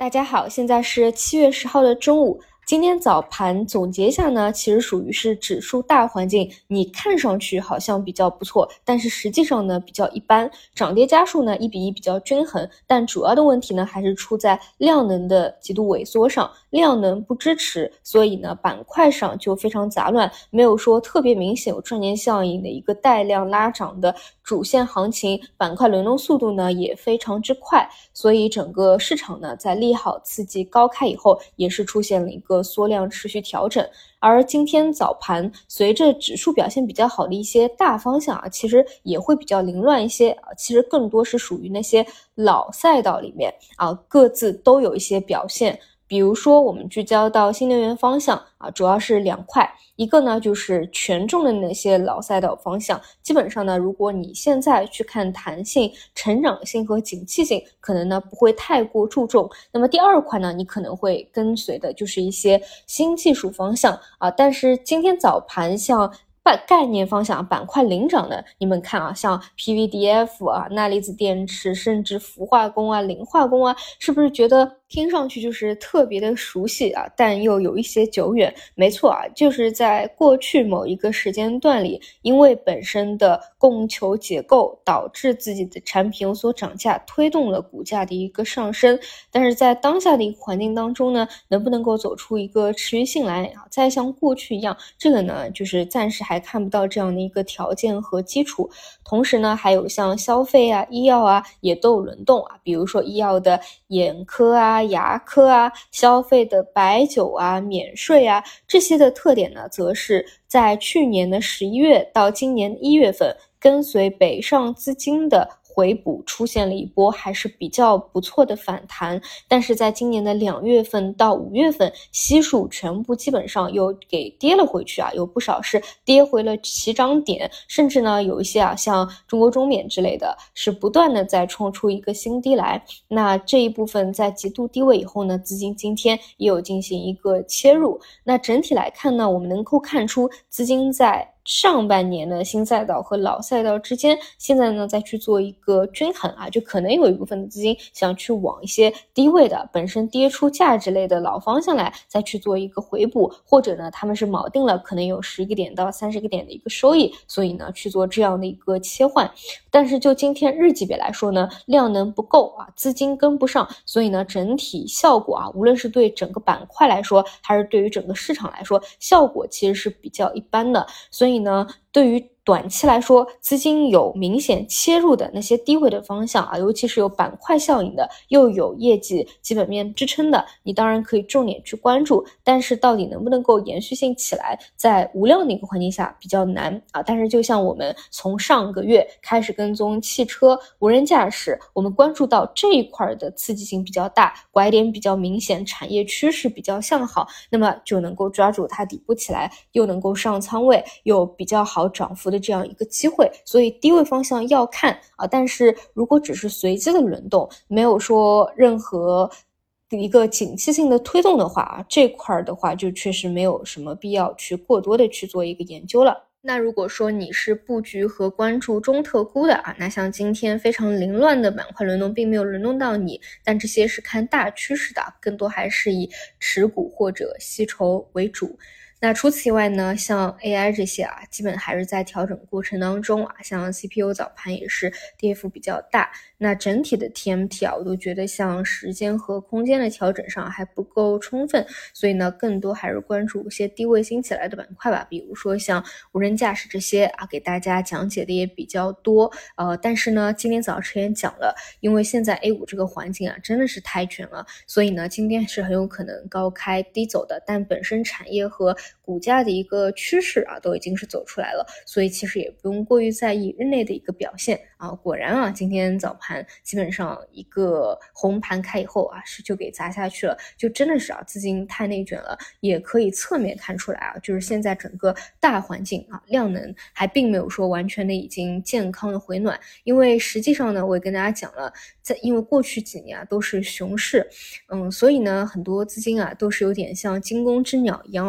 大家好，现在是7月10号的中午。今天早盘总结一下呢，其实属于是指数大环境，你看上去好像比较不错，但是实际上呢比较一般，涨跌家数呢1:1比较均衡，但主要的问题呢还是出在量能的极度萎缩上，量能不支持，所以呢板块上就非常杂乱，没有说特别明显有赚钱效应的一个带量拉涨的主线行情，板块轮动速度呢也非常之快，所以整个市场呢在利好刺激高开以后，也是出现了一个缩量持续调整。而今天早盘随着指数表现比较好的一些大方向其实也会比较凌乱一些其实更多是属于那些老赛道里面各自都有一些表现。比如说我们聚焦到新能源方向主要是两块，一个呢就是权重的那些老赛道方向，基本上呢如果你现在去看弹性、成长性和景气性，可能呢不会太过注重。那么第二块呢，你可能会跟随的就是一些新技术方向但是今天早盘像概念方向板块领涨的，你们看像 PVDF 钠离子电池，甚至氟化工磷化工是不是觉得听上去就是特别的熟悉但又有一些久远？没错就是在过去某一个时间段里，因为本身的供求结构导致自己的产品有所涨价，推动了股价的一个上升。但是在当下的一个环境当中呢，能不能够走出一个持续性来再像过去一样，这个呢就是暂时还看不到这样的一个条件和基础。同时呢还有像消费医药也都有轮动比如说医药的眼科牙科消费的白酒免税这些的特点呢，则是在去年的11月到今年1月份，跟随北上资金的回补出现了一波还是比较不错的反弹，但是在今年的2月份到5月份，悉数全部基本上又给跌了回去有不少是跌回了起涨点，甚至呢有一些像中国中免之类的是不断的在冲出一个新低来。那这一部分在极度低位以后呢，资金今天也有进行一个切入。那整体来看呢，我们能够看出资金在上半年的新赛道和老赛道之间，现在呢再去做一个均衡就可能有一部分的资金想去往一些低位的本身跌出价值类的老方向来再去做一个回补，或者呢他们是锚定了可能有10个点到30个点的一个收益，所以呢去做这样的一个切换。但是就今天日级别来说呢，量能不够资金跟不上，所以呢整体效果无论是对整个板块来说，还是对于整个市场来说，效果其实是比较一般的。所以呢对于短期来说，资金有明显切入的那些低位的方向尤其是有板块效应的，又有业绩基本面支撑的，你当然可以重点去关注。但是到底能不能够延续性起来，在无量的一个环境下比较难但是就像我们从上个月开始跟踪汽车、无人驾驶，我们关注到这一块的刺激性比较大，拐点比较明显，产业趋势比较向好，那么就能够抓住它底部起来，又能够上仓位，又比较好涨幅的这样一个机会。所以低位方向要看但是如果只是随机的轮动，没有说任何一个景气性的推动的话这块的话就确实没有什么必要去过多的去做一个研究了。那如果说你是布局和关注中特估的那像今天非常凌乱的板块轮动并没有轮动到你，但这些是看大趋势的，更多还是以持股或者吸筹为主。那除此以外呢，像 AI 这些基本还是在调整过程当中像 CPU 早盘也是跌幅比较大。那整体的 TMT我都觉得像时间和空间的调整上还不够充分，所以呢更多还是关注一些低位新起来的板块吧，比如说像无人驾驶这些给大家讲解的也比较多但是呢今天早晨也讲了，因为现在 A5 这个环境真的是太卷了，所以呢今天是很有可能高开低走的，但本身产业和股价的一个趋势都已经是走出来了，所以其实也不用过于在意日内的一个表现果然今天早盘基本上一个红盘开以后是就给砸下去了，就真的是资金太内卷了。也可以侧面看出来就是现在整个大环境量能还并没有说完全的已经健康的回暖，因为实际上呢我也跟大家讲了，因为过去几年都是熊市所以呢很多资金都是有点像惊弓之鸟一样了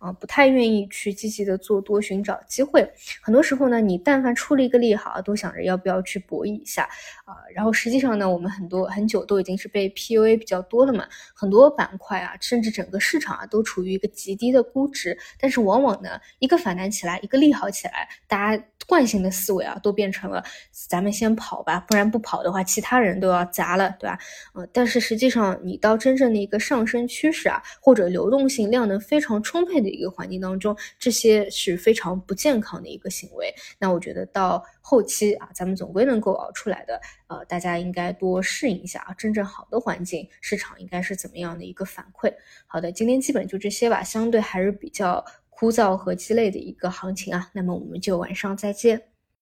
不太愿意去积极的做多，寻找机会。很多时候呢，你但凡出了一个利好，都想着要不要去博弈一下然后实际上呢，我们很久都已经是被 PUA 比较多了嘛，很多板块甚至整个市场都处于一个极低的估值，但是往往呢，一个反弹起来，一个利好起来，大家惯性的思维都变成了咱们先跑吧，不然不跑的话，其他人都要砸了，对吧？但是实际上你到真正的一个上升趋势或者流动性量能非常充沛的一个环境当中，这些是非常不健康的一个行为。那我觉得到后期咱们总归能够熬出来的，大家应该多适应一下真正好的环境，市场应该是怎么样的一个反馈。好的，今天基本就这些吧，相对还是比较枯燥和鸡肋的一个行情那么我们就晚上再见。